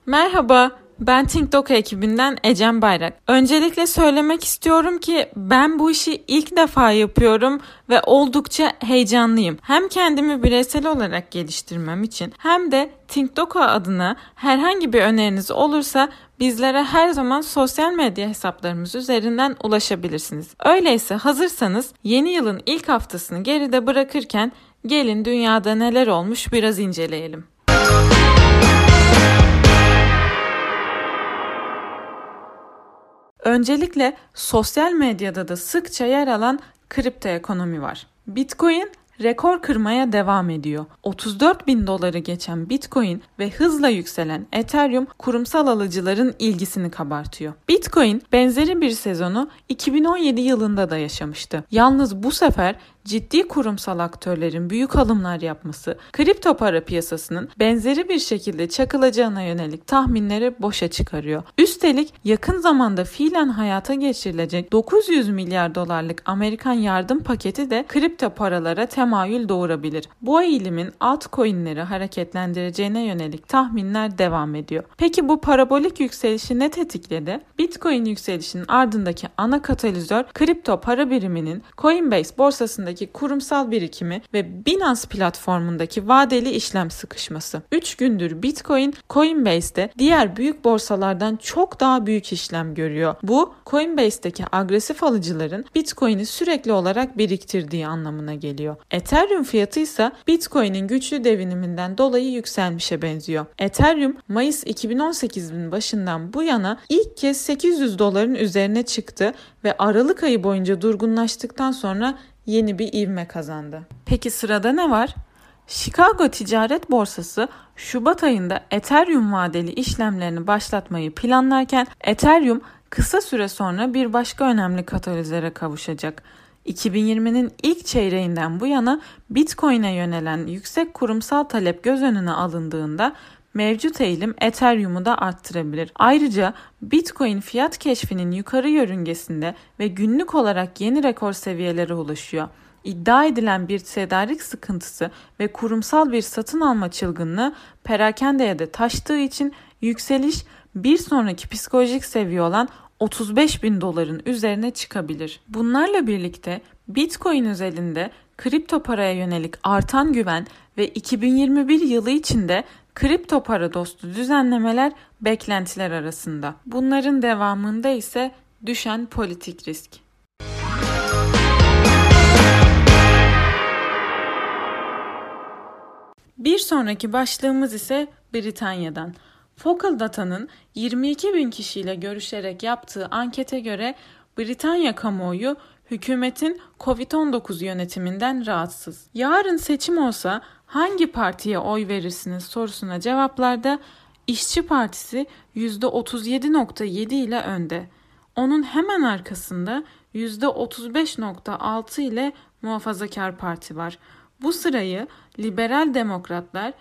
Merhaba, ben TikTok ekibinden Ecem Bayrak. Öncelikle söylemek istiyorum ki ben bu işi ilk defa yapıyorum ve oldukça heyecanlıyım. Hem kendimi bireysel olarak geliştirmem için hem de TikTok adına herhangi bir öneriniz olursa bizlere her zaman sosyal medya hesaplarımız üzerinden ulaşabilirsiniz. Öyleyse hazırsanız yeni yılın ilk haftasını geride bırakırken gelin dünyada neler olmuş biraz inceleyelim. Öncelikle sosyal medyada da sıkça yer alan kripto ekonomi var. Bitcoin rekor kırmaya devam ediyor. 34 bin doları geçen Bitcoin ve hızla yükselen Ethereum kurumsal alıcıların ilgisini kabartıyor. Bitcoin benzeri bir sezonu 2017 yılında da yaşamıştı. Yalnız bu sefer ciddi kurumsal aktörlerin büyük alımlar yapması, kripto para piyasasının benzeri bir şekilde çakılacağına yönelik tahminleri boşa çıkarıyor. Üstelik yakın zamanda fiilen hayata geçirilecek 900 milyar dolarlık Amerikan yardım paketi de kripto paralara temayül doğurabilir. Bu eğilimin altcoin'leri hareketlendireceğine yönelik tahminler devam ediyor. Peki bu parabolik yükselişi ne tetikledi? Bitcoin yükselişinin ardındaki ana katalizör kripto para biriminin Coinbase borsasındaki kurumsal birikimi ve Binance platformundaki vadeli işlem sıkışması. 3 gündür Bitcoin, Coinbase'de diğer büyük borsalardan çok daha büyük işlem görüyor. Bu, Coinbase'deki agresif alıcıların Bitcoin'i sürekli olarak biriktirdiği anlamına geliyor. Ethereum fiyatı ise Bitcoin'in güçlü deviniminden dolayı yükselmişe benziyor. Ethereum, Mayıs 2018'in başından bu yana ilk kez 800 doların üzerine çıktı ve Aralık ayı boyunca durgunlaştıktan sonra yeni bir ivme kazandı. Peki sırada ne var? Chicago Ticaret Borsası Şubat ayında Ethereum vadeli işlemlerini başlatmayı planlarken Ethereum kısa süre sonra bir başka önemli katalizöre kavuşacak. 2020'nin ilk çeyreğinden bu yana Bitcoin'e yönelen yüksek kurumsal talep göz önüne alındığında mevcut eğilim Ethereum'u da arttırabilir. Ayrıca Bitcoin fiyat keşfinin yukarı yörüngesinde ve günlük olarak yeni rekor seviyelere ulaşıyor. İddia edilen bir tedarik sıkıntısı ve kurumsal bir satın alma çılgınlığı perakendeye de taştığı için yükseliş bir sonraki psikolojik seviye olan 35 bin doların üzerine çıkabilir. Bunlarla birlikte Bitcoin özelinde kripto paraya yönelik artan güven ve 2021 yılı içinde kripto para dostu düzenlemeler beklentiler arasında. Bunların devamında ise düşen politik risk. Bir sonraki başlığımız ise Britanya'dan. Focal Data'nın 22 bin kişiyle görüşerek yaptığı ankete göre Britanya kamuoyu hükümetin Covid-19 yönetiminden rahatsız. Yarın seçim olsa hangi partiye oy verirsiniz sorusuna cevaplarda İşçi Partisi %37.7 ile önde. Onun hemen arkasında %35.6 ile Muhafazakar Parti var. Bu sırayı Liberal Demokratlar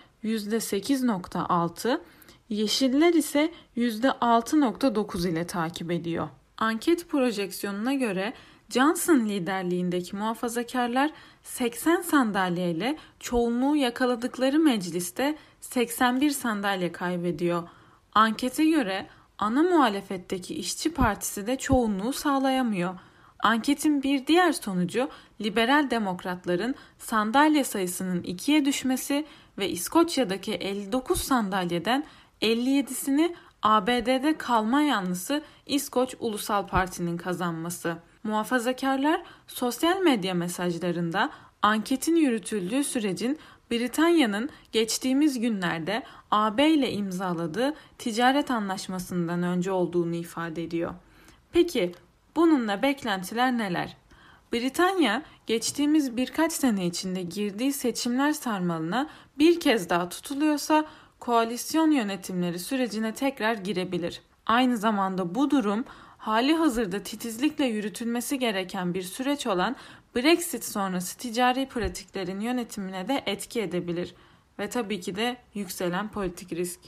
%8.6, Yeşiller ise %6.9 ile takip ediyor. Anket projeksiyonuna göre Johnson liderliğindeki muhafazakarlar 80 sandalyeyle çoğunluğu yakaladıkları mecliste 81 sandalye kaybediyor. Ankete göre ana muhalefetteki İşçi Partisi de çoğunluğu sağlayamıyor. Anketin bir diğer sonucu liberal demokratların sandalye sayısının 2'ye düşmesi ve İskoçya'daki 59 sandalyeden 57'sini ABD'de kalma yanlısı İskoç Ulusal Parti'nin kazanması. Muhafazakarlar sosyal medya mesajlarında anketin yürütüldüğü sürecin Britanya'nın geçtiğimiz günlerde AB ile imzaladığı ticaret anlaşmasından önce olduğunu ifade ediyor. Peki bununla beklentiler neler? Britanya geçtiğimiz birkaç sene içinde girdiği seçimler sarmalına bir kez daha tutuluyorsa koalisyon yönetimleri sürecine tekrar girebilir. Aynı zamanda bu durum hali hazırda titizlikle yürütülmesi gereken bir süreç olan Brexit sonrası ticari pratiklerin yönetimine de etki edebilir ve tabii ki de yükselen politik risk.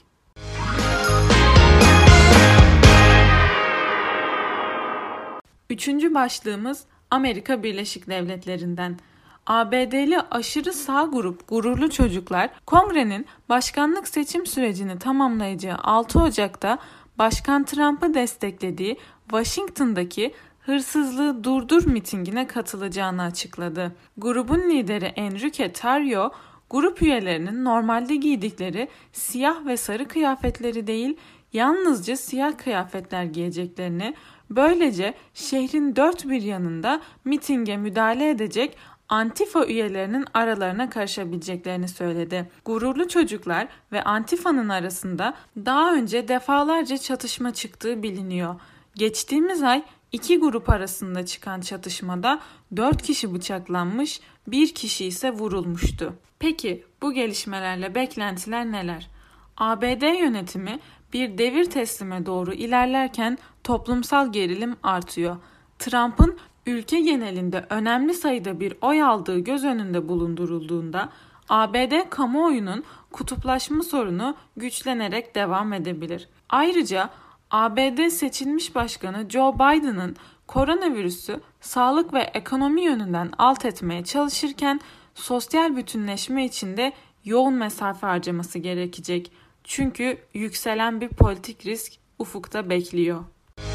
Üçüncü başlığımız Amerika Birleşik Devletleri'nden. ABD'li aşırı sağ grup Gururlu Çocuklar, Kongre'nin başkanlık seçim sürecini tamamlayacağı 6 Ocak'ta Başkan Trump'ı desteklediği Washington'daki Hırsızlığı Durdur mitingine katılacağını açıkladı. Grubun lideri Enrique Tarrio, grup üyelerinin normalde giydikleri siyah ve sarı kıyafetleri değil, yalnızca siyah kıyafetler giyeceklerini, böylece şehrin dört bir yanında mitinge müdahale edecek Antifa üyelerinin aralarına karışabileceklerini söyledi. Gururlu Çocuklar ve Antifa'nın arasında daha önce defalarca çatışma çıktığı biliniyor. Geçtiğimiz ay iki grup arasında çıkan çatışmada 4 kişi bıçaklanmış, 1 kişi ise vurulmuştu. Peki bu gelişmelerle beklentiler neler? ABD yönetimi bir devir teslime doğru ilerlerken toplumsal gerilim artıyor. Trump'ın ülke genelinde önemli sayıda bir oy aldığı göz önünde bulundurulduğunda ABD kamuoyunun kutuplaşma sorunu güçlenerek devam edebilir. Ayrıca ABD seçilmiş başkanı Joe Biden'ın koronavirüsü sağlık ve ekonomi yönünden alt etmeye çalışırken sosyal bütünleşme için de yoğun mesafe harcaması gerekecek. Çünkü yükselen bir politik risk ufukta bekliyor.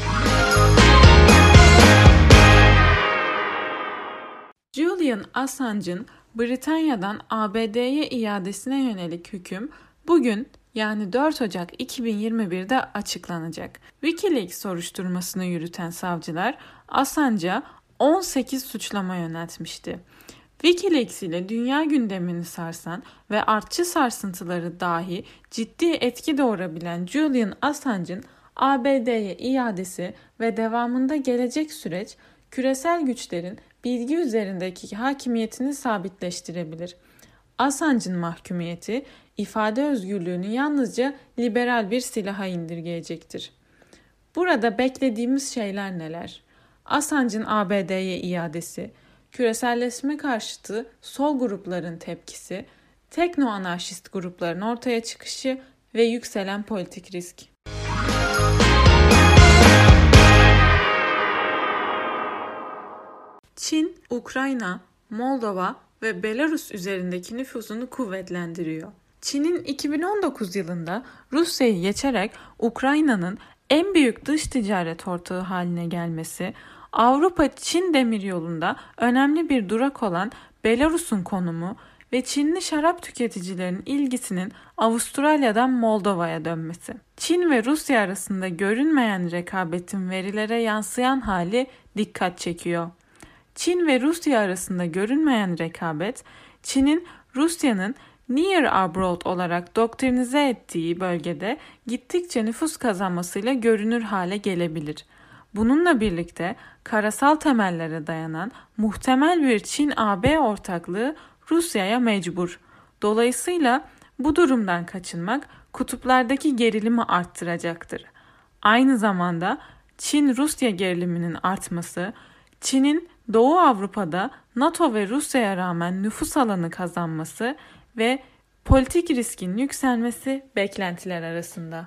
Julian Assange'ın Britanya'dan ABD'ye iadesine yönelik hüküm bugün yani 4 Ocak 2021'de açıklanacak. Wikileaks soruşturmasını yürüten savcılar Assange'a 18 suçlama yöneltmişti. Wikileaks ile dünya gündemini sarsan ve artçı sarsıntıları dahi ciddi etki doğurabilen Julian Assange'ın ABD'ye iadesi ve devamında gelecek süreç küresel güçlerin bilgi üzerindeki hakimiyetini sabitleştirebilir. Assange'ın mahkumiyeti ifade özgürlüğünü yalnızca liberal bir silaha indirgeyecektir. Burada beklediğimiz şeyler neler? Assange'ın ABD'ye iadesi, küreselleşme karşıtı sol grupların tepkisi, tekno-anarşist grupların ortaya çıkışı ve yükselen politik risk. Çin, Ukrayna, Moldova ve Belarus üzerindeki nüfuzunu kuvvetlendiriyor. Çin'in 2019 yılında Rusya'yı geçerek Ukrayna'nın en büyük dış ticaret ortağı haline gelmesi, Avrupa-Çin demiryolunda önemli bir durak olan Belarus'un konumu ve Çinli şarap tüketicilerinin ilgisinin Avustralya'dan Moldova'ya dönmesi. Çin ve Rusya arasında görünmeyen rekabetin verilere yansıyan hali dikkat çekiyor. Çin ve Rusya arasında görünmeyen rekabet, Çin'in Rusya'nın Near Abroad olarak doktrinize ettiği bölgede gittikçe nüfus kazanmasıyla görünür hale gelebilir. Bununla birlikte karasal temellere dayanan muhtemel bir Çin-AB ortaklığı Rusya'ya mecbur. Dolayısıyla bu durumdan kaçınmak kutuplardaki gerilimi arttıracaktır. Aynı zamanda Çin-Rusya geriliminin artması, Çin'in Doğu Avrupa'da NATO ve Rusya'ya rağmen nüfus alanı kazanması ve politik riskin yükselmesi beklentiler arasında.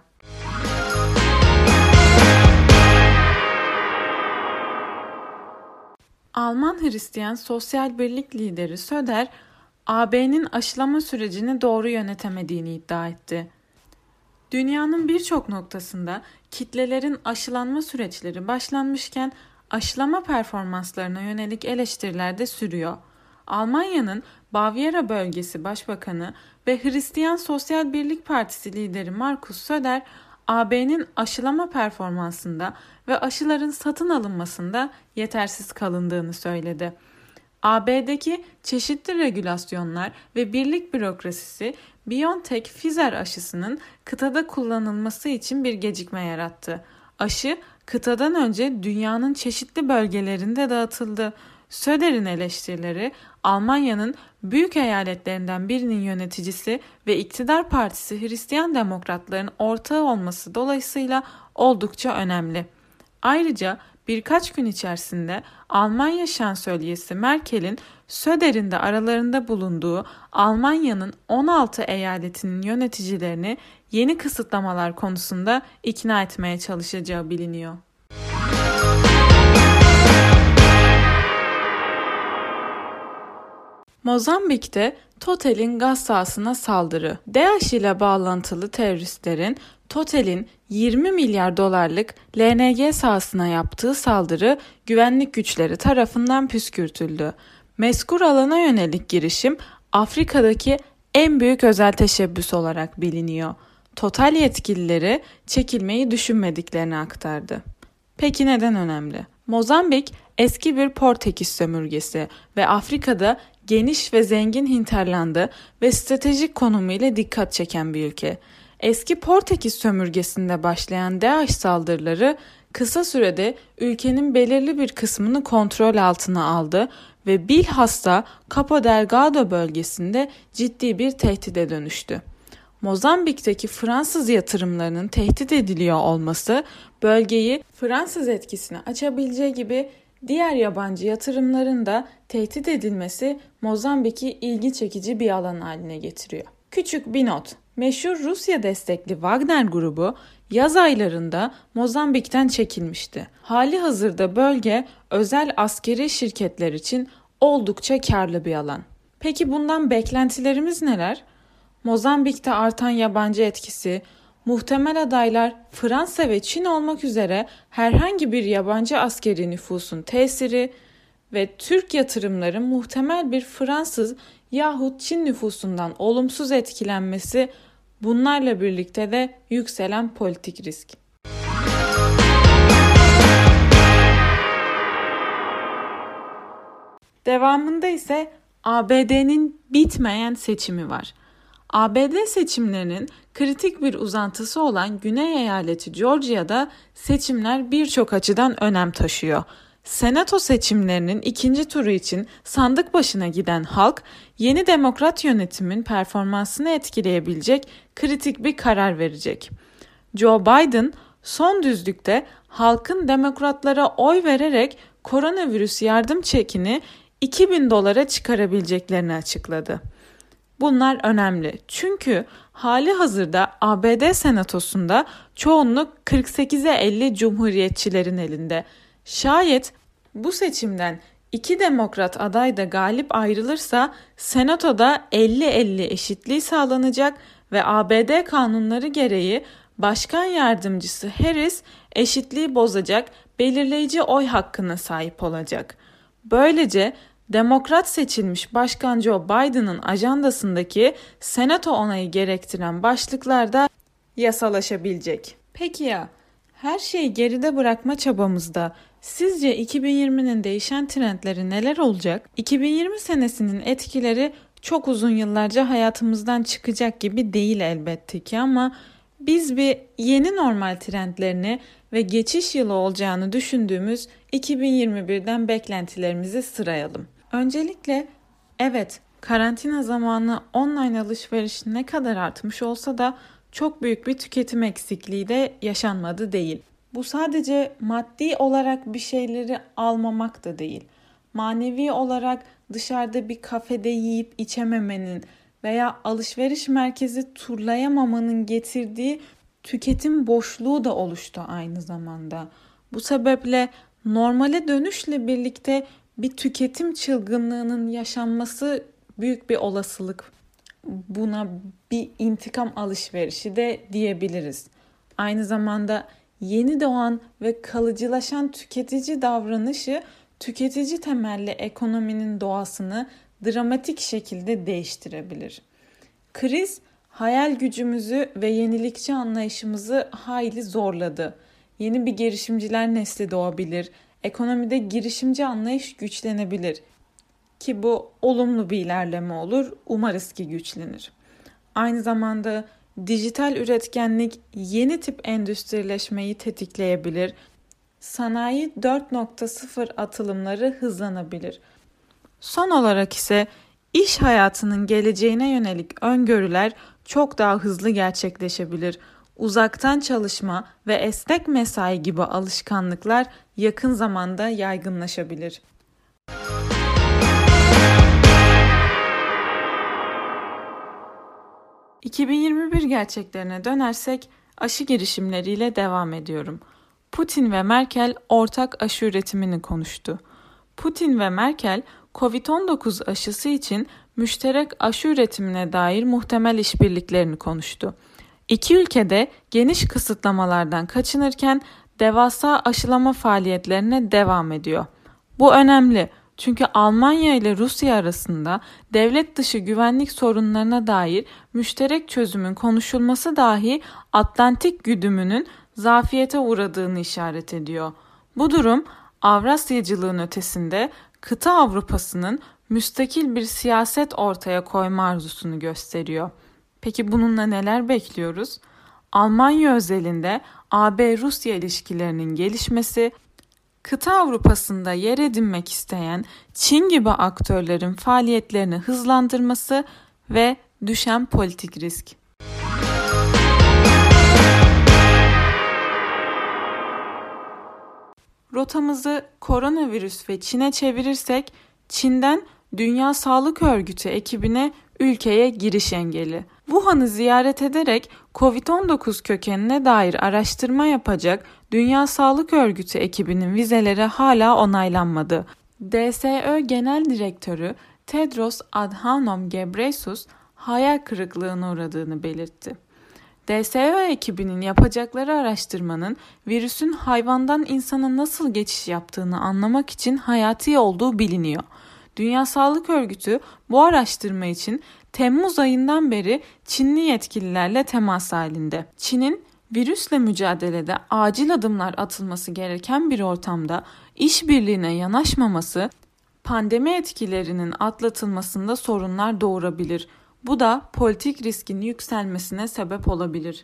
Alman Hristiyan Sosyal Birlik lideri Söder, AB'nin aşılama sürecini doğru yönetemediğini iddia etti. Dünyanın birçok noktasında kitlelerin aşılanma süreçleri başlanmışken aşılama performanslarına yönelik eleştiriler de sürüyor. Almanya'nın Bavyera Bölgesi Başbakanı ve Hristiyan Sosyal Birlik Partisi lideri Markus Söder, AB'nin aşılama performansında ve aşıların satın alınmasında yetersiz kalındığını söyledi. AB'deki çeşitli regülasyonlar ve birlik bürokrasisi BioNTech-Pfizer aşısının kıtada kullanılması için bir gecikme yarattı. Aşı kıtadan önce dünyanın çeşitli bölgelerinde dağıtıldı. Söder'in eleştirileri Almanya'nın büyük eyaletlerinden birinin yöneticisi ve iktidar partisi Hristiyan Demokratların ortağı olması dolayısıyla oldukça önemli. Ayrıca birkaç gün içerisinde Almanya Şansölyesi Merkel'in Söder'in de aralarında bulunduğu Almanya'nın 16 eyaletinin yöneticilerini yeni kısıtlamalar konusunda ikna etmeye çalışacağı biliniyor. Mozambik'te Total'in gaz sahasına saldırı. DAEŞ ile bağlantılı teröristlerin Total'in 20 milyar dolarlık LNG sahasına yaptığı saldırı güvenlik güçleri tarafından püskürtüldü. Mezkur alana yönelik girişim Afrika'daki en büyük özel teşebbüs olarak biliniyor. Total yetkilileri çekilmeyi düşünmediklerini aktardı. Peki neden önemli? Mozambik eski bir Portekiz sömürgesi ve Afrika'da geniş ve zengin hinterlandı ve stratejik konumu ile dikkat çeken bir ülke. Eski Portekiz sömürgesinde başlayan DAEŞ saldırıları kısa sürede ülkenin belirli bir kısmını kontrol altına aldı ve bilhassa Cabo Delgado bölgesinde ciddi bir tehdide dönüştü. Mozambik'teki Fransız yatırımlarının tehdit ediliyor olması bölgeyi Fransız etkisine açabileceği gibi diğer yabancı yatırımların da tehdit edilmesi Mozambik'i ilgi çekici bir alan haline getiriyor. Küçük bir not. Meşhur Rusya destekli Wagner grubu yaz aylarında Mozambik'ten çekilmişti. Hali hazırda bölge özel askeri şirketler için oldukça karlı bir alan. Peki bundan beklentilerimiz neler? Mozambik'te artan yabancı etkisi, muhtemel adaylar Fransa ve Çin olmak üzere herhangi bir yabancı askeri nüfusun tesiri ve Türk yatırımların muhtemel bir Fransız yahut Çin nüfusundan olumsuz etkilenmesi, bunlarla birlikte de yükselen politik risk. Devamında ise ABD'nin bitmeyen seçimi var. ABD seçimlerinin kritik bir uzantısı olan Güney Eyaleti Georgia'da seçimler birçok açıdan önem taşıyor. Senato seçimlerinin ikinci turu için sandık başına giden halk, yeni demokrat yönetimin performansını etkileyebilecek kritik bir karar verecek. Joe Biden, son düzlükte halkın demokratlara oy vererek koronavirüs yardım çekini $2.000 çıkarabileceklerini açıkladı. Bunlar önemli çünkü hali hazırda ABD Senatosu'nda çoğunluk 48'e 50 cumhuriyetçilerin elinde. Şayet bu seçimden iki demokrat aday da galip ayrılırsa Senato'da 50-50 eşitliği sağlanacak ve ABD kanunları gereği Başkan Yardımcısı Harris eşitliği bozacak belirleyici oy hakkına sahip olacak. Böylece Demokrat seçilmiş Başkan Joe Biden'ın ajandasındaki Senato onayı gerektiren başlıklar da yasalaşabilecek. Peki ya her şeyi geride bırakma çabamızda sizce 2020'nin değişen trendleri neler olacak? 2020 senesinin etkileri çok uzun yıllarca hayatımızdan çıkacak gibi değil elbette ki ama biz bir yeni normal trendlerini ve geçiş yılı olacağını düşündüğümüz 2021'den beklentilerimizi sırayalım. Öncelikle evet, karantina zamanı online alışveriş ne kadar artmış olsa da çok büyük bir tüketim eksikliği de yaşanmadı değil. Bu sadece maddi olarak bir şeyleri almamak da değil. Manevi olarak dışarıda bir kafede yiyip içememenin veya alışveriş merkezi turlayamamanın getirdiği tüketim boşluğu da oluştu aynı zamanda. Bu sebeple normale dönüşle birlikte bir tüketim çılgınlığının yaşanması büyük bir olasılık. Buna bir intikam alışverişi de diyebiliriz. Aynı zamanda yeni doğan ve kalıcılaşan tüketici davranışı tüketici temelli ekonominin doğasını dramatik şekilde değiştirebilir. Kriz hayal gücümüzü ve yenilikçi anlayışımızı hayli zorladı. Yeni bir girişimciler nesli doğabilir. Ekonomide girişimci anlayış güçlenebilir ki bu olumlu bir ilerleme olur. Umarız ki güçlenir. Aynı zamanda dijital üretkenlik yeni tip endüstrileşmeyi tetikleyebilir. Sanayi 4.0 atılımları hızlanabilir. Son olarak ise iş hayatının geleceğine yönelik öngörüler çok daha hızlı gerçekleşebilir. Uzaktan çalışma ve esnek mesai gibi alışkanlıklar yakın zamanda yaygınlaşabilir. ...2021 gerçeklerine dönersek aşı girişimleriyle devam ediyorum. Putin ve Merkel ortak aşı üretimini konuştu. Putin ve Merkel COVID-19 aşısı için müşterek aşı üretimine dair muhtemel işbirliklerini konuştu. İki ülkede geniş kısıtlamalardan kaçınırken devasa aşılama faaliyetlerine devam ediyor. Bu önemli çünkü Almanya ile Rusya arasında devlet dışı güvenlik sorunlarına dair müşterek çözümün konuşulması dahi Atlantik güdümünün zafiyete uğradığını işaret ediyor. Bu durum Avrasyacılığın ötesinde kıta Avrupa'sının müstakil bir siyaset ortaya koyma arzusunu gösteriyor. Peki bununla neler bekliyoruz? Almanya özelinde AB-Rusya ilişkilerinin gelişmesi, kıta Avrupa'sında yer edinmek isteyen Çin gibi aktörlerin faaliyetlerini hızlandırması ve düşen politik risk. Rotamızı koronavirüs ve Çin'e çevirirsek, Çin'den Dünya Sağlık Örgütü ekibine ülkeye giriş engeli. Wuhan'ı ziyaret ederek COVID-19 kökenine dair araştırma yapacak Dünya Sağlık Örgütü ekibinin vizeleri hala onaylanmadı. DSÖ Genel Direktörü Tedros Adhanom Ghebreyesus hayal kırıklığına uğradığını belirtti. DSÖ ekibinin yapacakları araştırmanın virüsün hayvandan insana nasıl geçiş yaptığını anlamak için hayati olduğu biliniyor. Dünya Sağlık Örgütü bu araştırma için Temmuz ayından beri Çinli yetkililerle temas halinde. Çin'in virüsle mücadelede acil adımlar atılması gereken bir ortamda işbirliğine yanaşmaması, pandemi etkilerinin atlatılmasında sorunlar doğurabilir. Bu da politik riskin yükselmesine sebep olabilir.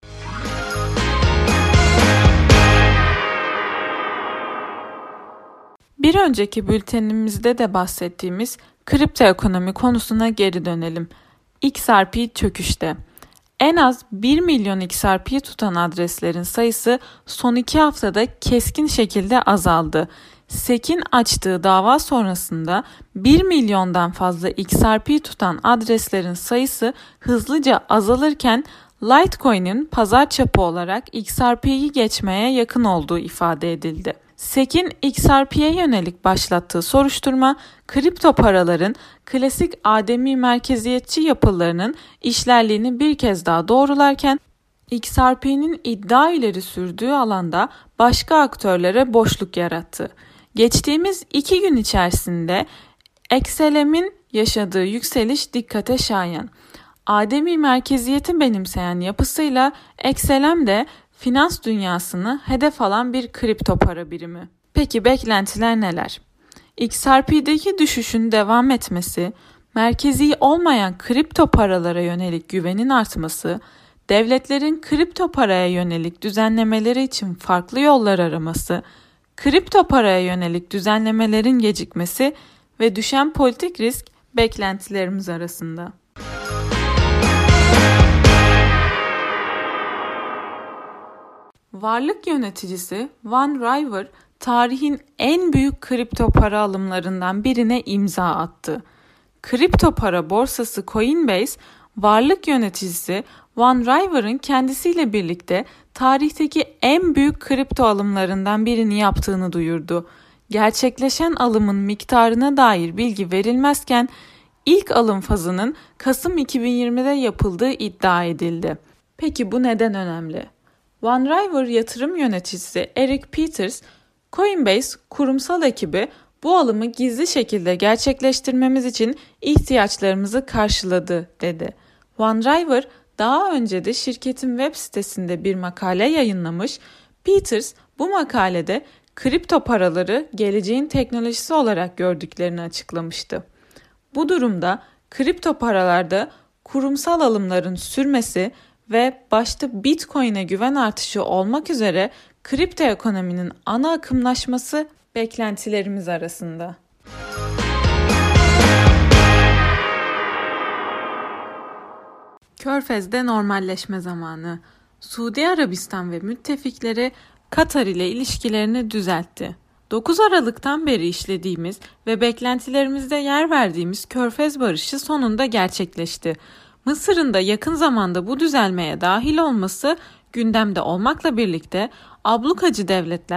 Bir önceki bültenimizde de bahsettiğimiz kripto ekonomi konusuna geri dönelim. XRP çöküşte. En az 1 milyon XRP'yi tutan adreslerin sayısı son 2 haftada keskin şekilde azaldı. SEC'in açtığı dava sonrasında 1 milyondan fazla XRP tutan adreslerin sayısı hızlıca azalırken Litecoin'in pazar çapı olarak XRP'yi geçmeye yakın olduğu ifade edildi. SEC'in XRP'ye yönelik başlattığı soruşturma, kripto paraların klasik ademi merkeziyetçi yapılarının işlerliğini bir kez daha doğrularken, XRP'nin iddia ileri sürdüğü alanda başka aktörlere boşluk yarattı. Geçtiğimiz 2 gün içerisinde XLM'in yaşadığı yükseliş dikkate şayan. Ademi merkeziyeti benimseyen yapısıyla XLM de finans dünyasını hedef alan bir kripto para birimi. Peki beklentiler neler? XRP'deki düşüşün devam etmesi, merkezi olmayan kripto paralara yönelik güvenin artması, devletlerin kripto paraya yönelik düzenlemeleri için farklı yollar araması, kripto paraya yönelik düzenlemelerin gecikmesi ve düşen politik risk beklentilerimiz arasında. Varlık yöneticisi Van River, tarihin en büyük kripto para alımlarından birine imza attı. Kripto para borsası Coinbase, varlık yöneticisi Van River'ın kendisiyle birlikte tarihteki en büyük kripto alımlarından birini yaptığını duyurdu. Gerçekleşen alımın miktarına dair bilgi verilmezken ilk alım fazının Kasım 2020'de yapıldığı iddia edildi. Peki bu neden önemli? Van River yatırım yöneticisi Eric Peters, Coinbase kurumsal ekibi bu alımı gizli şekilde gerçekleştirmemiz için ihtiyaçlarımızı karşıladı dedi. Van River daha önce de şirketin web sitesinde bir makale yayınlamış. Peters bu makalede kripto paraları geleceğin teknolojisi olarak gördüklerini açıklamıştı. Bu durumda kripto paralarda kurumsal alımların sürmesi ve başta Bitcoin'e güven artışı olmak üzere kripto ekonominin ana akımlaşması beklentilerimiz arasında. Körfez'de normalleşme zamanı. Suudi Arabistan ve müttefikleri Katar ile ilişkilerini düzeltti. 9 Aralık'tan beri işlediğimiz ve beklentilerimizde yer verdiğimiz Körfez barışı sonunda gerçekleşti. Mısır'ın da yakın zamanda bu düzelmeye dahil olması gündemde olmakla birlikte ablukacı devletler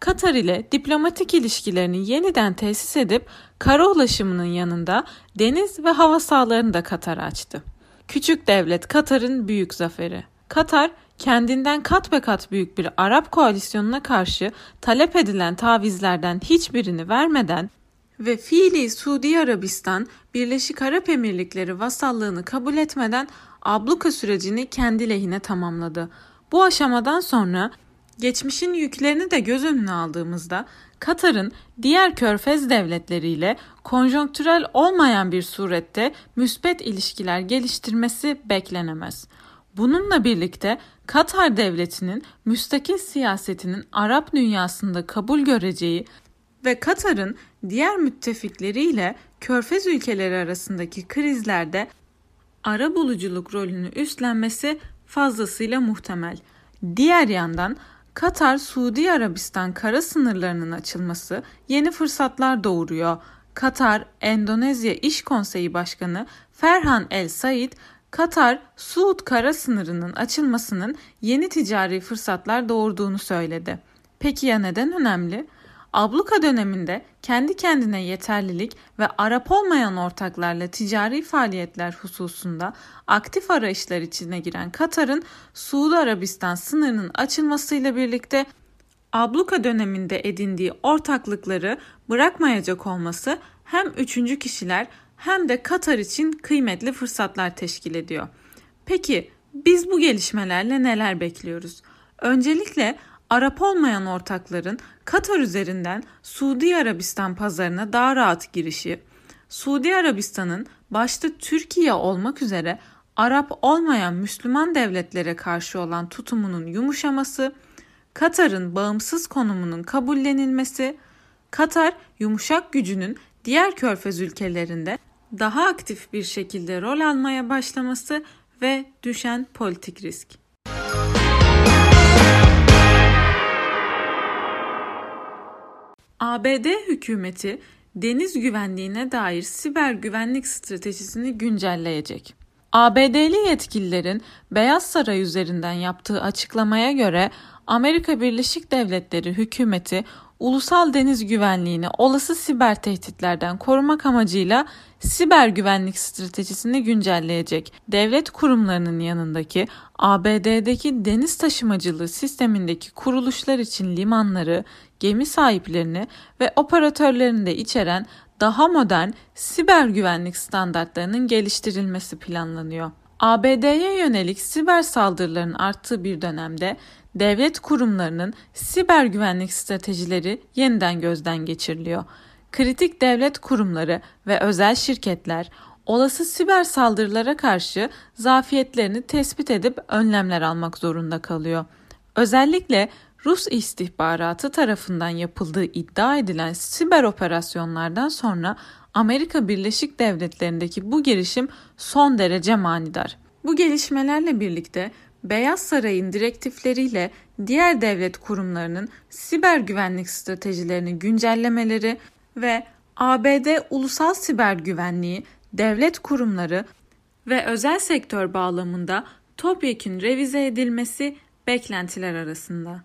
Katar ile diplomatik ilişkilerini yeniden tesis edip kara ulaşımının yanında deniz ve hava sahalarını da Katar'a açtı. Küçük devlet Katar'ın büyük zaferi. Katar, kendinden kat be kat büyük bir Arap koalisyonuna karşı talep edilen tavizlerden hiçbirini vermeden ve fiili Suudi Arabistan, Birleşik Arap Emirlikleri vasallığını kabul etmeden abluka sürecini kendi lehine tamamladı. Bu aşamadan sonra geçmişin yüklerini de göz önüne aldığımızda Katar'ın diğer körfez devletleriyle konjonktürel olmayan bir surette müspet ilişkiler geliştirmesi beklenemez. Bununla birlikte Katar devletinin müstakil siyasetinin Arap dünyasında kabul göreceği ve Katar'ın diğer müttefikleriyle körfez ülkeleri arasındaki krizlerde arabuluculuk rolünü üstlenmesi fazlasıyla muhtemel. Diğer yandan Katar-Suudi Arabistan kara sınırlarının açılması yeni fırsatlar doğuruyor. Katar Endonezya İş Konseyi Başkanı Ferhan El Said, Katar-Suud kara sınırının açılmasının yeni ticari fırsatlar doğurduğunu söyledi. Peki ya neden önemli? Abluka döneminde kendi kendine yeterlilik ve Arap olmayan ortaklarla ticari faaliyetler hususunda aktif arayışlar içine giren Katar'ın Suudi Arabistan sınırının açılmasıyla birlikte abluka döneminde edindiği ortaklıkları bırakmayacak olması hem üçüncü kişiler hem de Katar için kıymetli fırsatlar teşkil ediyor. Peki biz bu gelişmelerle neler bekliyoruz? Öncelikle Arap olmayan ortakların Katar üzerinden Suudi Arabistan pazarına daha rahat girişi, Suudi Arabistan'ın başta Türkiye olmak üzere Arap olmayan Müslüman devletlere karşı olan tutumunun yumuşaması, Katar'ın bağımsız konumunun kabullenilmesi, Katar yumuşak gücünün diğer körfez ülkelerinde daha aktif bir şekilde rol almaya başlaması ve düşen politik risk. ABD hükümeti deniz güvenliğine dair siber güvenlik stratejisini güncelleyecek. ABD'li yetkililerin Beyaz Saray üzerinden yaptığı açıklamaya göre Amerika Birleşik Devletleri hükümeti ulusal deniz güvenliğini olası siber tehditlerden korumak amacıyla siber güvenlik stratejisini güncelleyecek. Devlet kurumlarının yanındaki ABD'deki deniz taşımacılığı sistemindeki kuruluşlar için limanları, gemi sahiplerini ve operatörlerini de içeren daha modern siber güvenlik standartlarının geliştirilmesi planlanıyor. ABD'ye yönelik siber saldırıların arttığı bir dönemde devlet kurumlarının siber güvenlik stratejileri yeniden gözden geçiriliyor. Kritik devlet kurumları ve özel şirketler olası siber saldırılara karşı zafiyetlerini tespit edip önlemler almak zorunda kalıyor. Özellikle Rus istihbaratı tarafından yapıldığı iddia edilen siber operasyonlardan sonra Amerika Birleşik Devletleri'ndeki bu girişim son derece manidar. Bu gelişmelerle birlikte Beyaz Saray'ın direktifleriyle diğer devlet kurumlarının siber güvenlik stratejilerini güncellemeleri ve ABD ulusal siber güvenliği, devlet kurumları ve özel sektör bağlamında topyekün revize edilmesi beklentiler arasında.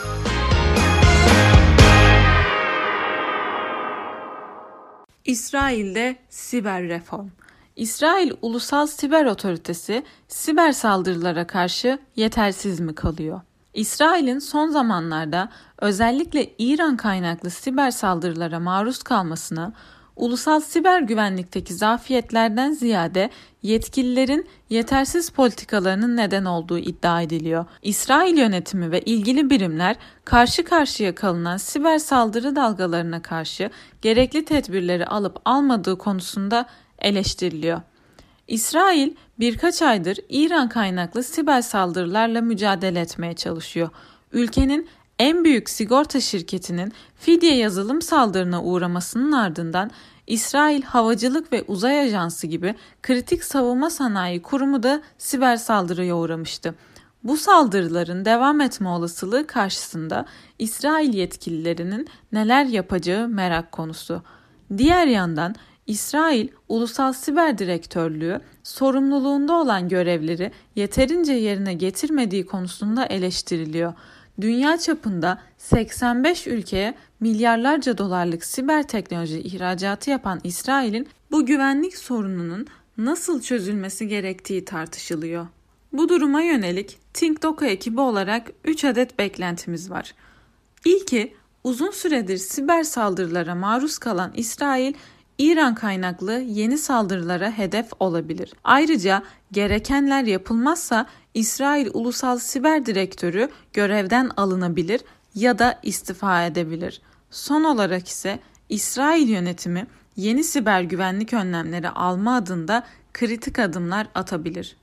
İsrail'de siber reform. İsrail Ulusal Siber Otoritesi siber saldırılara karşı yetersiz mi kalıyor? İsrail'in son zamanlarda özellikle İran kaynaklı siber saldırılara maruz kalmasına, ulusal siber güvenlikteki zafiyetlerden ziyade yetkililerin yetersiz politikalarının neden olduğu iddia ediliyor. İsrail yönetimi ve ilgili birimler karşı karşıya kalınan siber saldırı dalgalarına karşı gerekli tedbirleri alıp almadığı konusunda eleştiriliyor. İsrail birkaç aydır İran kaynaklı siber saldırılarla mücadele etmeye çalışıyor. Ülkenin en büyük sigorta şirketinin fidye yazılım saldırına uğramasının ardından İsrail Havacılık ve Uzay Ajansı gibi kritik savunma sanayi kurumu da siber saldırıya uğramıştı. Bu saldırıların devam etme olasılığı karşısında İsrail yetkililerinin neler yapacağı merak konusu. Diğer yandan İsrail Ulusal Siber Direktörlüğü sorumluluğunda olan görevleri yeterince yerine getirmediği konusunda eleştiriliyor. Dünya çapında 85 ülkeye milyarlarca dolarlık siber teknoloji ihracatı yapan İsrail'in bu güvenlik sorununun nasıl çözülmesi gerektiği tartışılıyor. Bu duruma yönelik Think Doku ekibi olarak 3 adet beklentimiz var. İlki, uzun süredir siber saldırılara maruz kalan İsrail, İran kaynaklı yeni saldırılara hedef olabilir. Ayrıca gerekenler yapılmazsa İsrail Ulusal Siber Direktörü görevden alınabilir ya da istifa edebilir. Son olarak ise İsrail yönetimi yeni siber güvenlik önlemleri alma adında kritik adımlar atabilir.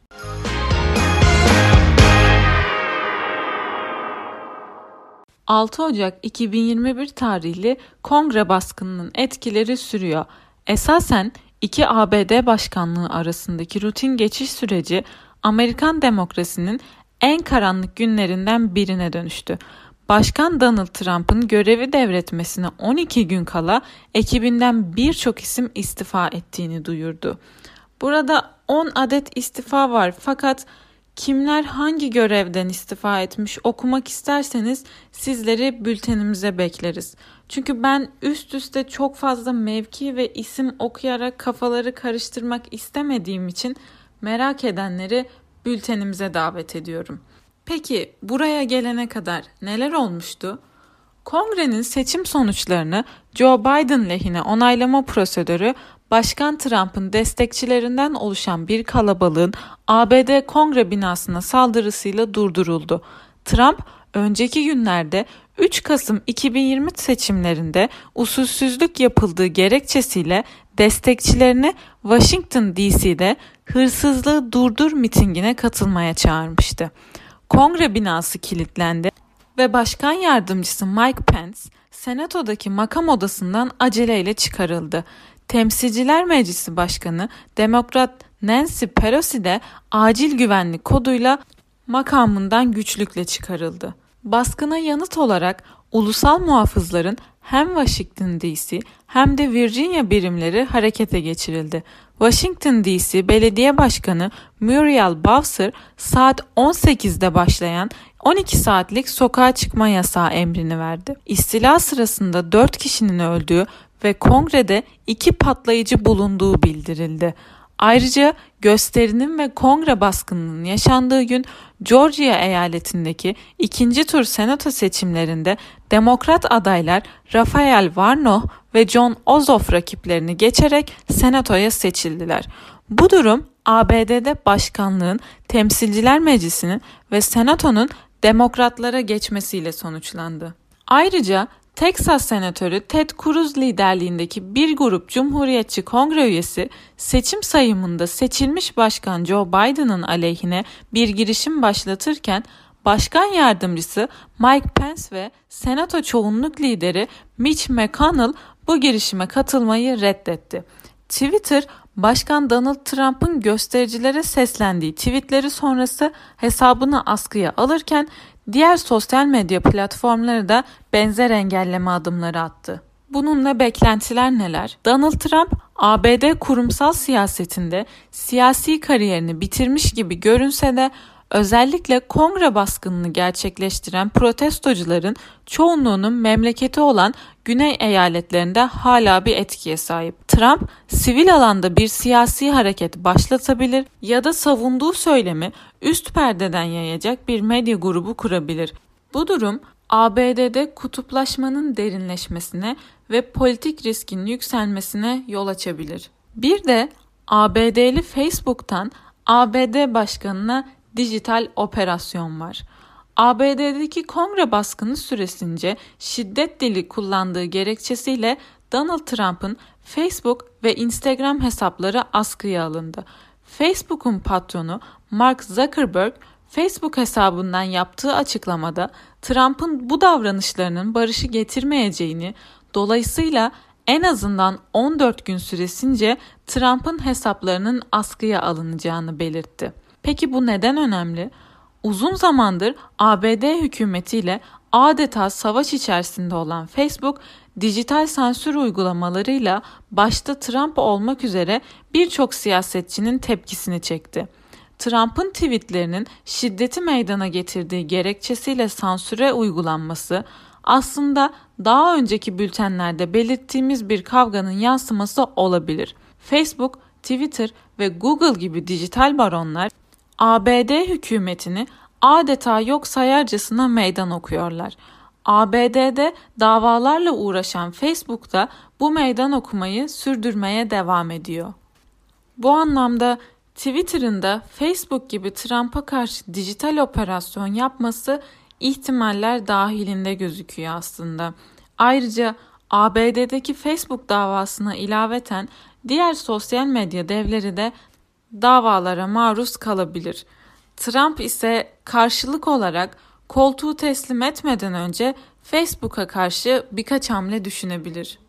...6 Ocak 2021 tarihli Kongre baskınının etkileri sürüyor. Esasen iki ABD başkanlığı arasındaki rutin geçiş süreci Amerikan demokrasinin en karanlık günlerinden birine dönüştü. Başkan Donald Trump'ın görevi devretmesine 12 gün kala ekibinden birçok isim istifa ettiğini duyurdu. Burada 10 adet istifa var fakat kimler hangi görevden istifa etmiş okumak isterseniz sizleri bültenimize bekleriz. Çünkü ben üst üste çok fazla mevki ve isim okuyarak kafaları karıştırmak istemediğim için merak edenleri bültenimize davet ediyorum. Peki buraya gelene kadar neler olmuştu? Kongrenin seçim sonuçlarını Joe Biden lehine onaylama prosedürü Başkan Trump'ın destekçilerinden oluşan bir kalabalığın ABD Kongre binasına saldırısıyla durduruldu. Trump önceki günlerde 3 Kasım 2020 seçimlerinde usulsüzlük yapıldığı gerekçesiyle destekçilerini Washington DC'de hırsızlığı durdur mitingine katılmaya çağırmıştı. Kongre binası kilitlendi ve Başkan Yardımcısı Mike Pence, Senato'daki makam odasından aceleyle çıkarıldı. Temsilciler Meclisi Başkanı Demokrat Nancy Pelosi de acil güvenlik koduyla makamından güçlükle çıkarıldı. Baskına yanıt olarak ulusal muhafızların hem Washington DC hem de Virginia birimleri harekete geçirildi. Washington DC Belediye Başkanı Muriel Bowser saat 18'de başlayan 12 saatlik sokağa çıkma yasağı emrini verdi. İstila sırasında 4 kişinin öldüğü ve kongrede 2 patlayıcı bulunduğu bildirildi. Ayrıca gösterinin ve kongre baskınının yaşandığı gün Georgia eyaletindeki ikinci tur senato seçimlerinde Demokrat adaylar Raphael Warnock ve Jon Ossoff rakiplerini geçerek senatoya seçildiler. Bu durum ABD'de başkanlığın, temsilciler meclisinin ve senatonun demokratlara geçmesiyle sonuçlandı. Ayrıca Teksas Senatörü Ted Cruz liderliğindeki bir grup Cumhuriyetçi Kongre üyesi seçim sayımında seçilmiş Başkan Joe Biden'ın aleyhine bir girişim başlatırken Başkan Yardımcısı Mike Pence ve Senato çoğunluk lideri Mitch McConnell bu girişime katılmayı reddetti. Twitter, Başkan Donald Trump'ın göstericilere seslendiği tweetleri sonrası hesabını askıya alırken diğer sosyal medya platformları da benzer engelleme adımları attı. Bununla beklentiler neler? Donald Trump, ABD kurumsal siyasetinde siyasi kariyerini bitirmiş gibi görünse de özellikle kongre baskınını gerçekleştiren protestocuların çoğunluğunun memleketi olan Güney eyaletlerinde hala bir etkiye sahip. Trump, sivil alanda bir siyasi hareket başlatabilir ya da savunduğu söylemi üst perdeden yayacak bir medya grubu kurabilir. Bu durum, ABD'de kutuplaşmanın derinleşmesine ve politik riskin yükselmesine yol açabilir. Bir de ABD'li Facebook'tan ABD başkanına dijital operasyon var. ABD'deki kongre baskını süresince şiddet dili kullandığı gerekçesiyle Donald Trump'ın Facebook ve Instagram hesapları askıya alındı. Facebook'un patronu Mark Zuckerberg, Facebook hesabından yaptığı açıklamada Trump'ın bu davranışlarının barışı getirmeyeceğini, dolayısıyla en azından 14 gün süresince Trump'ın hesaplarının askıya alınacağını belirtti. Peki bu neden önemli? Uzun zamandır ABD hükümetiyle adeta savaş içerisinde olan Facebook, dijital sansür uygulamalarıyla başta Trump olmak üzere birçok siyasetçinin tepkisini çekti. Trump'ın tweetlerinin şiddeti meydana getirdiği gerekçesiyle sansüre uygulanması aslında daha önceki bültenlerde belirttiğimiz bir kavganın yansıması olabilir. Facebook, Twitter ve Google gibi dijital baronlar ABD hükümetini adeta yok sayarcasına meydan okuyorlar. ABD'de davalarla uğraşan Facebook da bu meydan okumayı sürdürmeye devam ediyor. Bu anlamda Twitter'ın da Facebook gibi Trump'a karşı dijital operasyon yapması ihtimaller dahilinde gözüküyor aslında. Ayrıca ABD'deki Facebook davasına ilaveten diğer sosyal medya devleri de davalara maruz kalabilir. Trump ise karşılık olarak koltuğu teslim etmeden önce Facebook'a karşı birkaç hamle düşünebilir.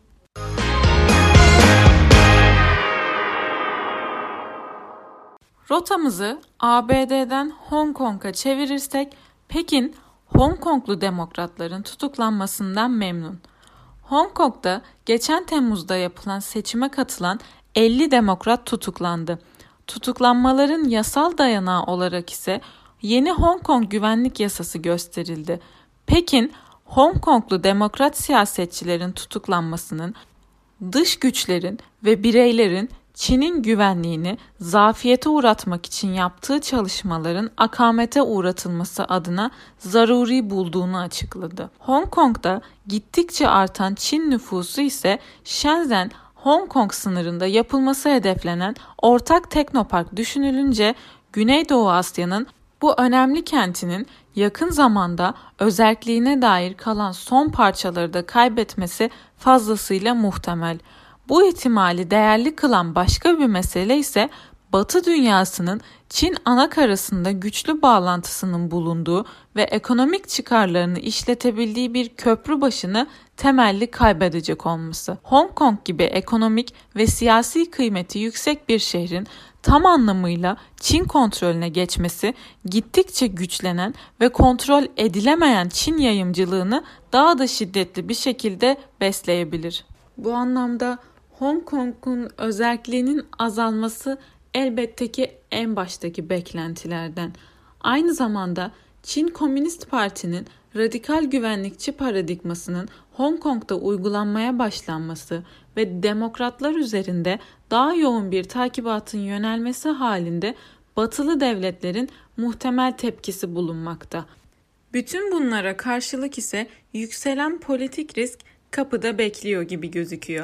Rotamızı ABD'den Hong Kong'a çevirirsek Pekin, Hong Konglu demokratların tutuklanmasından memnun. Hong Kong'da geçen Temmuz'da yapılan seçime katılan 50 demokrat tutuklandı. Tutuklanmaların yasal dayanağı olarak ise yeni Hong Kong Güvenlik Yasası gösterildi. Pekin, Hong Konglu demokrat siyasetçilerin tutuklanmasının dış güçlerin ve bireylerin Çin'in güvenliğini zafiyete uğratmak için yaptığı çalışmaların akamete uğratılması adına zaruri bulduğunu açıkladı. Hong Kong'da gittikçe artan Çin nüfusu ise Shenzhen, Hong Kong sınırında yapılması hedeflenen ortak teknopark düşünülünce Güneydoğu Asya'nın bu önemli kentinin yakın zamanda özerkliğine dair kalan son parçaları da kaybetmesi fazlasıyla muhtemel. Bu ihtimali değerli kılan başka bir mesele ise Batı dünyasının Çin anakarasında güçlü bağlantısının bulunduğu ve ekonomik çıkarlarını işletebildiği bir köprü başını temelli kaybedecek olması. Hong Kong gibi ekonomik ve siyasi kıymeti yüksek bir şehrin tam anlamıyla Çin kontrolüne geçmesi, gittikçe güçlenen ve kontrol edilemeyen Çin yayımcılığını daha da şiddetli bir şekilde besleyebilir. Bu anlamda Hong Kong'un özerkliğinin azalması elbette ki en baştaki beklentilerden. Aynı zamanda Çin Komünist Parti'nin radikal güvenlikçi paradigmasının Hong Kong'da uygulanmaya başlanması ve demokratlar üzerinde daha yoğun bir takibatın yönelmesi halinde batılı devletlerin muhtemel tepkisi bulunmakta. Bütün bunlara karşılık ise yükselen politik risk kapıda bekliyor gibi gözüküyor.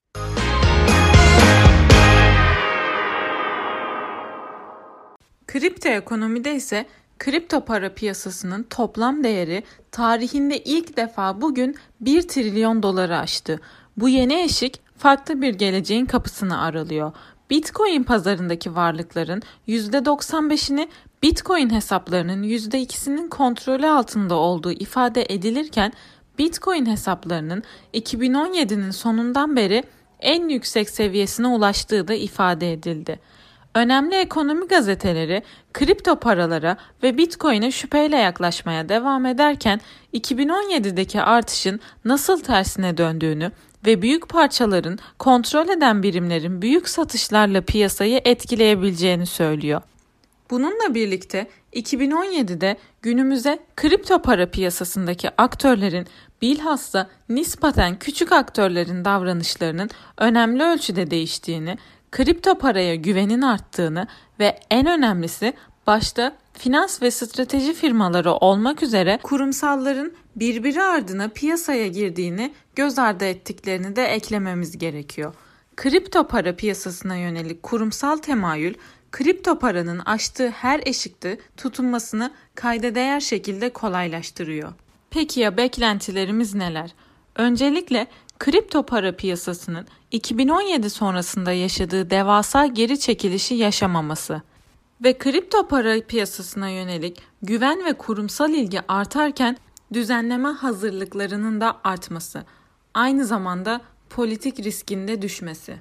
Kripto ekonomide ise kripto para piyasasının toplam değeri tarihinde ilk defa bugün 1 trilyon doları aştı. Bu yeni eşik farklı bir geleceğin kapısını aralıyor. Bitcoin pazarındaki varlıkların %95'ini Bitcoin hesaplarının %2'sinin kontrolü altında olduğu ifade edilirken Bitcoin hesaplarının 2017'nin sonundan beri en yüksek seviyesine ulaştığı da ifade edildi. Önemli ekonomi gazeteleri kripto paralara ve Bitcoin'e şüpheyle yaklaşmaya devam ederken 2017'deki artışın nasıl tersine döndüğünü ve büyük parçaların kontrol eden birimlerin büyük satışlarla piyasayı etkileyebileceğini söylüyor. Bununla birlikte 2017'de günümüze kripto para piyasasındaki aktörlerin bilhassa nispeten küçük aktörlerin davranışlarının önemli ölçüde değiştiğini, kripto paraya güvenin arttığını ve en önemlisi başta finans ve strateji firmaları olmak üzere kurumsalların birbiri ardına piyasaya girdiğini göz ardı ettiklerini de eklememiz gerekiyor. Kripto para piyasasına yönelik kurumsal temayül, kripto paranın aştığı her eşikte tutunmasını kayda değer şekilde kolaylaştırıyor. Peki ya beklentilerimiz neler? Öncelikle kripto para piyasasının 2017 sonrasında yaşadığı devasa geri çekilişi yaşamaması ve kripto para piyasasına yönelik güven ve kurumsal ilgi artarken düzenleme hazırlıklarının da artması, aynı zamanda politik riskin de düşmesi.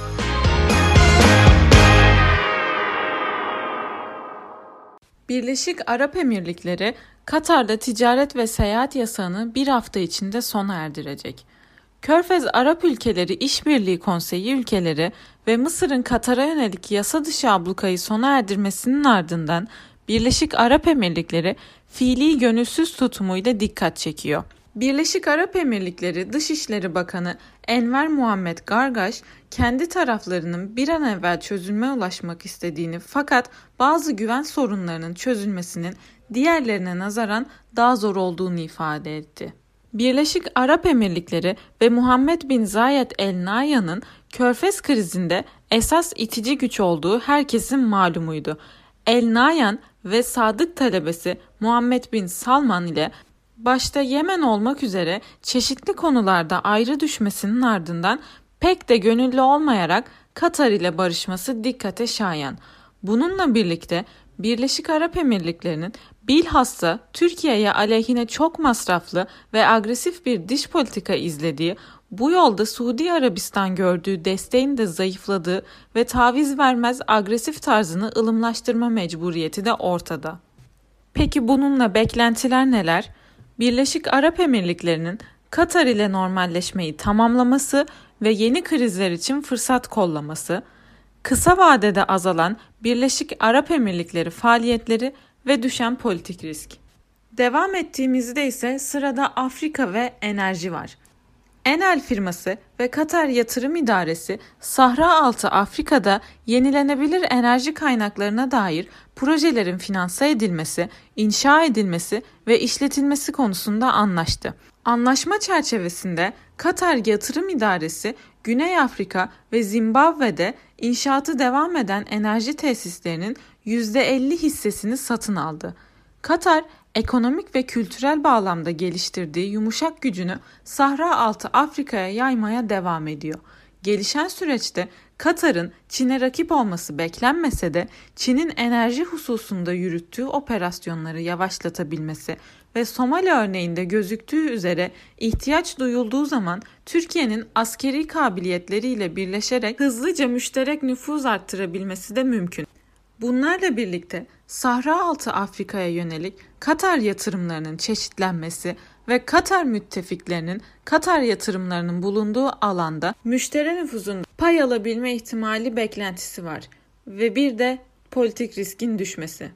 Birleşik Arap Emirlikleri, Katar'da ticaret ve seyahat yasağını bir hafta içinde sona erdirecek. Körfez Arap Ülkeleri İşbirliği Konseyi ülkeleri ve Mısır'ın Katar'a yönelik yasa dışı ablukayı sona erdirmesinin ardından Birleşik Arap Emirlikleri fiili gönülsüz tutumuyla dikkat çekiyor. Birleşik Arap Emirlikleri Dışişleri Bakanı Enver Muhammed Gargaş, kendi taraflarının bir an evvel çözülmeye ulaşmak istediğini fakat bazı güven sorunlarının çözülmesinin diğerlerine nazaran daha zor olduğunu ifade etti. Birleşik Arap Emirlikleri ve Muhammed bin Zayed El Nahyan'ın Körfez krizinde esas itici güç olduğu herkesin malumuydu. El Nahyan ve sadık talebesi Muhammed bin Salman ile başta Yemen olmak üzere çeşitli konularda ayrı düşmesinin ardından pek de gönüllü olmayarak Katar ile barışması dikkate şayan. Bununla birlikte Birleşik Arap Emirlikleri'nin bilhassa Türkiye'ye aleyhine çok masraflı ve agresif bir dış politika izlediği, bu yolda Suudi Arabistan gördüğü desteğin de zayıfladığı ve taviz vermez agresif tarzını ılımlaştırma mecburiyeti de ortada. Peki bununla beklentiler neler? Birleşik Arap Emirlikleri'nin Katar ile normalleşmeyi tamamlaması ve yeni krizler için fırsat kollaması, kısa vadede azalan Birleşik Arap Emirlikleri faaliyetleri ve düşen politik risk. Devam ettiğimizde ise sırada Afrika ve enerji var. Enel firması ve Katar Yatırım İdaresi, Sahra Altı Afrika'da yenilenebilir enerji kaynaklarına dair projelerin finanse edilmesi, inşa edilmesi ve işletilmesi konusunda anlaştı. Anlaşma çerçevesinde Katar Yatırım İdaresi, Güney Afrika ve Zimbabwe'de inşaatı devam eden enerji tesislerinin %50 hissesini satın aldı. Katar, ekonomik ve kültürel bağlamda geliştirdiği yumuşak gücünü Sahra Altı Afrika'ya yaymaya devam ediyor. Gelişen süreçte Katar'ın Çin'e rakip olması beklenmese de Çin'in enerji hususunda yürüttüğü operasyonları yavaşlatabilmesi ve Somali örneğinde gözüktüğü üzere ihtiyaç duyulduğu zaman Türkiye'nin askeri kabiliyetleriyle birleşerek hızlıca müşterek nüfuz arttırabilmesi de mümkün. Bunlarla birlikte Sahra Altı Afrika'ya yönelik Katar yatırımlarının çeşitlenmesi ve Katar müttefiklerinin Katar yatırımlarının bulunduğu alanda müşteri nüfuzunda pay alabilme ihtimali beklentisi var ve bir de politik riskin düşmesi.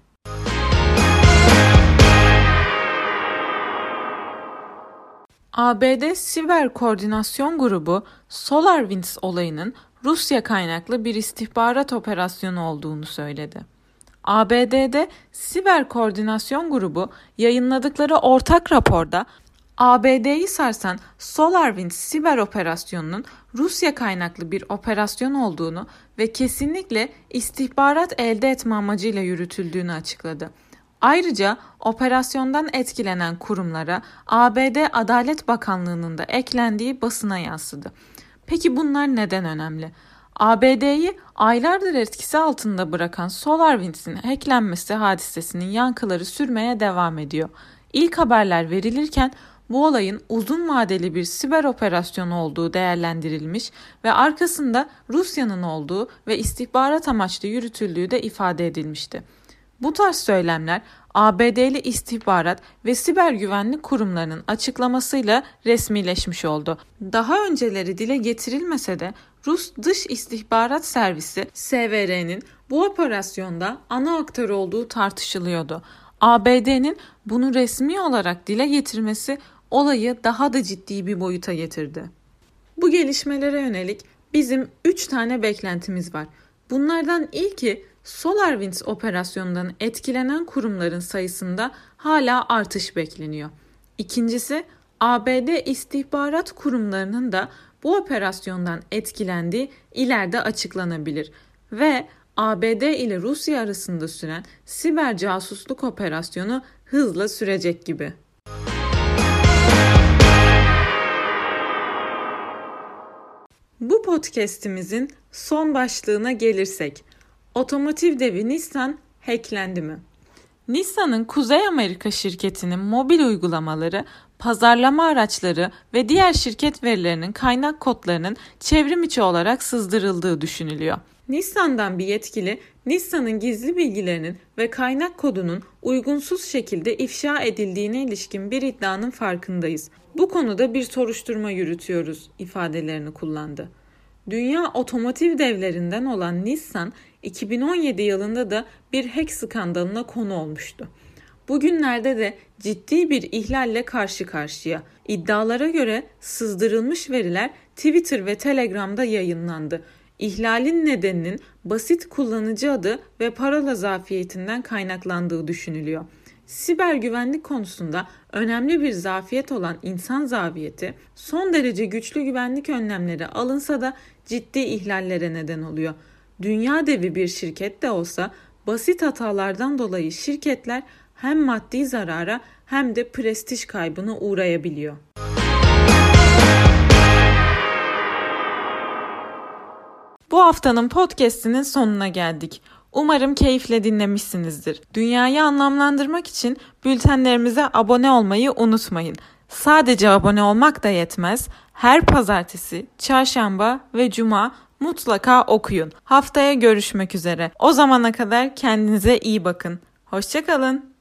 ABD Siber Koordinasyon Grubu SolarWinds olayının Rusya kaynaklı bir istihbarat operasyonu olduğunu söyledi. ABD'de Siber Koordinasyon Grubu yayınladıkları ortak raporda ABD'yi sarsan SolarWinds siber operasyonunun Rusya kaynaklı bir operasyon olduğunu ve kesinlikle istihbarat elde etme amacıyla yürütüldüğünü açıkladı. Ayrıca operasyondan etkilenen kurumlara ABD Adalet Bakanlığı'nın da eklendiği basına yansıdı. Peki bunlar neden önemli? ABD'yi aylardır etkisi altında bırakan SolarWinds'in hacklenmesi hadisesinin yankıları sürmeye devam ediyor. İlk haberler verilirken bu olayın uzun vadeli bir siber operasyon olduğu değerlendirilmiş ve arkasında Rusya'nın olduğu ve istihbarat amaçlı yürütüldüğü de ifade edilmişti. Bu tarz söylemler ABD'li istihbarat ve siber güvenlik kurumlarının açıklamasıyla resmileşmiş oldu. Daha önceleri dile getirilmese de Rus Dış İstihbarat Servisi SVR'nin bu operasyonda ana aktör olduğu tartışılıyordu. ABD'nin bunu resmi olarak dile getirmesi olayı daha da ciddi bir boyuta getirdi. Bu gelişmelere yönelik bizim 3 tane beklentimiz var. Bunlardan ilki SolarWinds operasyonundan etkilenen kurumların sayısında hala artış bekleniyor. İkincisi, ABD istihbarat kurumlarının da bu operasyondan etkilendiği ileride açıklanabilir ve ABD ile Rusya arasında süren siber casusluk operasyonu hızla sürecek gibi. Bu podcast'imizin son başlığına gelirsek, otomotiv devi Nissan hacklendi mi? Nissan'ın Kuzey Amerika şirketinin mobil uygulamaları pazarlama araçları ve diğer şirket verilerinin kaynak kodlarının çevrim içi olarak sızdırıldığı düşünülüyor. Nissan'dan bir yetkili, Nissan'ın gizli bilgilerinin ve kaynak kodunun uygunsuz şekilde ifşa edildiğine ilişkin bir iddianın farkındayız. Bu konuda bir soruşturma yürütüyoruz ifadelerini kullandı. Dünya otomotiv devlerinden olan Nissan, 2017 yılında da bir hack skandalına konu olmuştu. Bugünlerde de ciddi bir ihlalle karşı karşıya. İddialara göre sızdırılmış veriler Twitter ve Telegram'da yayınlandı. İhlalin nedeninin basit kullanıcı adı ve parola zafiyetinden kaynaklandığı düşünülüyor. Siber güvenlik konusunda önemli bir zafiyet olan insan zafiyeti, son derece güçlü güvenlik önlemleri alınsa da ciddi ihlallere neden oluyor. Dünya devi bir şirket de olsa basit hatalardan dolayı şirketler hem maddi zarara hem de prestij kaybına uğrayabiliyor. Bu haftanın podcast'inin sonuna geldik. Umarım keyifle dinlemişsinizdir. Dünyayı anlamlandırmak için bültenlerimize abone olmayı unutmayın. Sadece abone olmak da yetmez. Her pazartesi, çarşamba ve cuma mutlaka okuyun. Haftaya görüşmek üzere. O zamana kadar kendinize iyi bakın. Hoşça kalın.